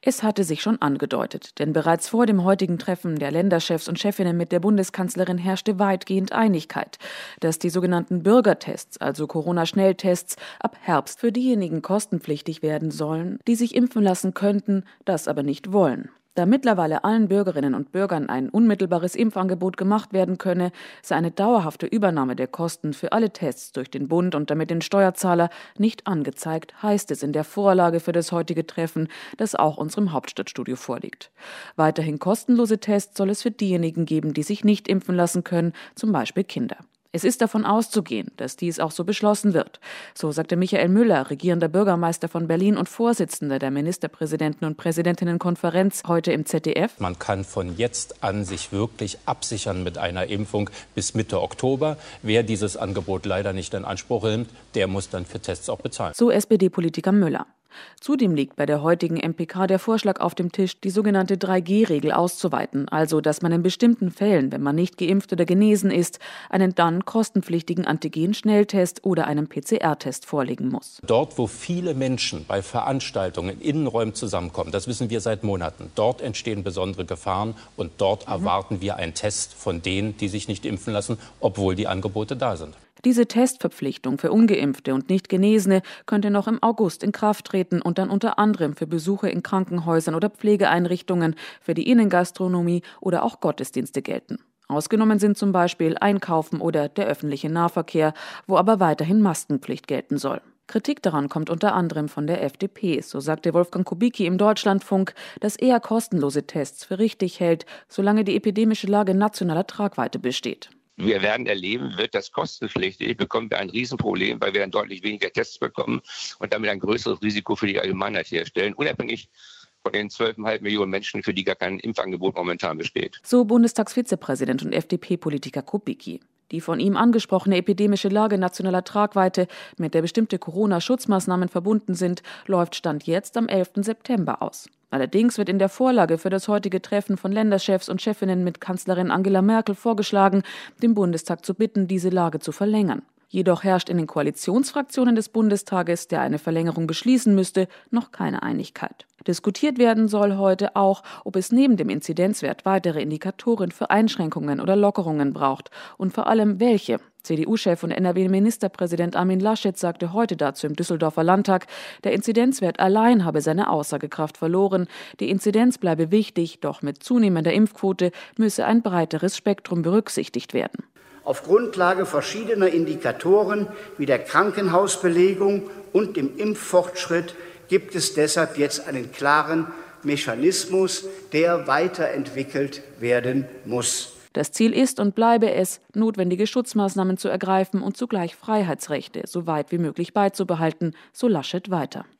Es hatte sich schon angedeutet, denn bereits vor dem heutigen Treffen der Länderchefs und Chefinnen mit der Bundeskanzlerin herrschte weitgehend Einigkeit, dass die sogenannten Bürgertests, also Corona-Schnelltests, ab Herbst für diejenigen kostenpflichtig werden sollen, die sich impfen lassen könnten, das aber nicht wollen. Da mittlerweile allen Bürgerinnen und Bürgern ein unmittelbares Impfangebot gemacht werden könne, sei eine dauerhafte Übernahme der Kosten für alle Tests durch den Bund und damit den Steuerzahler nicht angezeigt, heißt es in der Vorlage für das heutige Treffen, das auch unserem Hauptstadtstudio vorliegt. Weiterhin kostenlose Tests soll es für diejenigen geben, die sich nicht impfen lassen können, zum Beispiel Kinder. Es ist davon auszugehen, dass dies auch so beschlossen wird. So sagte Michael Müller, regierender Bürgermeister von Berlin und Vorsitzender der Ministerpräsidenten- und Präsidentinnenkonferenz, heute im ZDF. Man kann von jetzt an sich wirklich absichern mit einer Impfung bis Mitte Oktober. Wer dieses Angebot leider nicht in Anspruch nimmt, der muss dann für Tests auch bezahlen. So SPD-Politiker Müller. Zudem liegt bei der heutigen MPK der Vorschlag auf dem Tisch, die sogenannte 3G-Regel auszuweiten, also dass man in bestimmten Fällen, wenn man nicht geimpft oder genesen ist, einen dann kostenpflichtigen Antigen-Schnelltest oder einen PCR-Test vorlegen muss. Dort, wo viele Menschen bei Veranstaltungen in Innenräumen zusammenkommen, das wissen wir seit Monaten, dort entstehen besondere Gefahren und dort erwarten wir einen Test von denen, die sich nicht impfen lassen, obwohl die Angebote da sind. Diese Testverpflichtung für Ungeimpfte und Nicht-Genesene könnte noch im August in Kraft treten und dann unter anderem für Besuche in Krankenhäusern oder Pflegeeinrichtungen, für die Innengastronomie oder auch Gottesdienste gelten. Ausgenommen sind zum Beispiel Einkaufen oder der öffentliche Nahverkehr, wo aber weiterhin Maskenpflicht gelten soll. Kritik daran kommt unter anderem von der FDP. So sagte Wolfgang Kubicki im Deutschlandfunk, dass er kostenlose Tests für richtig hält, solange die epidemische Lage nationaler Tragweite besteht. Wir werden erleben, wird das kostenpflichtig, bekommen wir ein Riesenproblem, weil wir dann deutlich weniger Tests bekommen und damit ein größeres Risiko für die Allgemeinheit herstellen, unabhängig von den 12,5 Millionen Menschen, für die gar kein Impfangebot momentan besteht. So Bundestagsvizepräsident und FDP-Politiker Kubicki. Die von ihm angesprochene epidemische Lage nationaler Tragweite, mit der bestimmte Corona-Schutzmaßnahmen verbunden sind, läuft Stand jetzt am 11. September aus. Allerdings wird in der Vorlage für das heutige Treffen von Länderchefs und Chefinnen mit Kanzlerin Angela Merkel vorgeschlagen, den Bundestag zu bitten, diese Lage zu verlängern. Jedoch herrscht in den Koalitionsfraktionen des Bundestages, der eine Verlängerung beschließen müsste, noch keine Einigkeit. Diskutiert werden soll heute auch, ob es neben dem Inzidenzwert weitere Indikatoren für Einschränkungen oder Lockerungen braucht und vor allem welche. CDU-Chef und NRW-Ministerpräsident Armin Laschet sagte heute dazu im Düsseldorfer Landtag, der Inzidenzwert allein habe seine Aussagekraft verloren. Die Inzidenz bleibe wichtig, doch mit zunehmender Impfquote müsse ein breiteres Spektrum berücksichtigt werden. Auf Grundlage verschiedener Indikatoren wie der Krankenhausbelegung und dem Impffortschritt gibt es deshalb jetzt einen klaren Mechanismus, der weiterentwickelt werden muss. Das Ziel ist und bleibe es, notwendige Schutzmaßnahmen zu ergreifen und zugleich Freiheitsrechte so weit wie möglich beizubehalten, so Laschet weiter.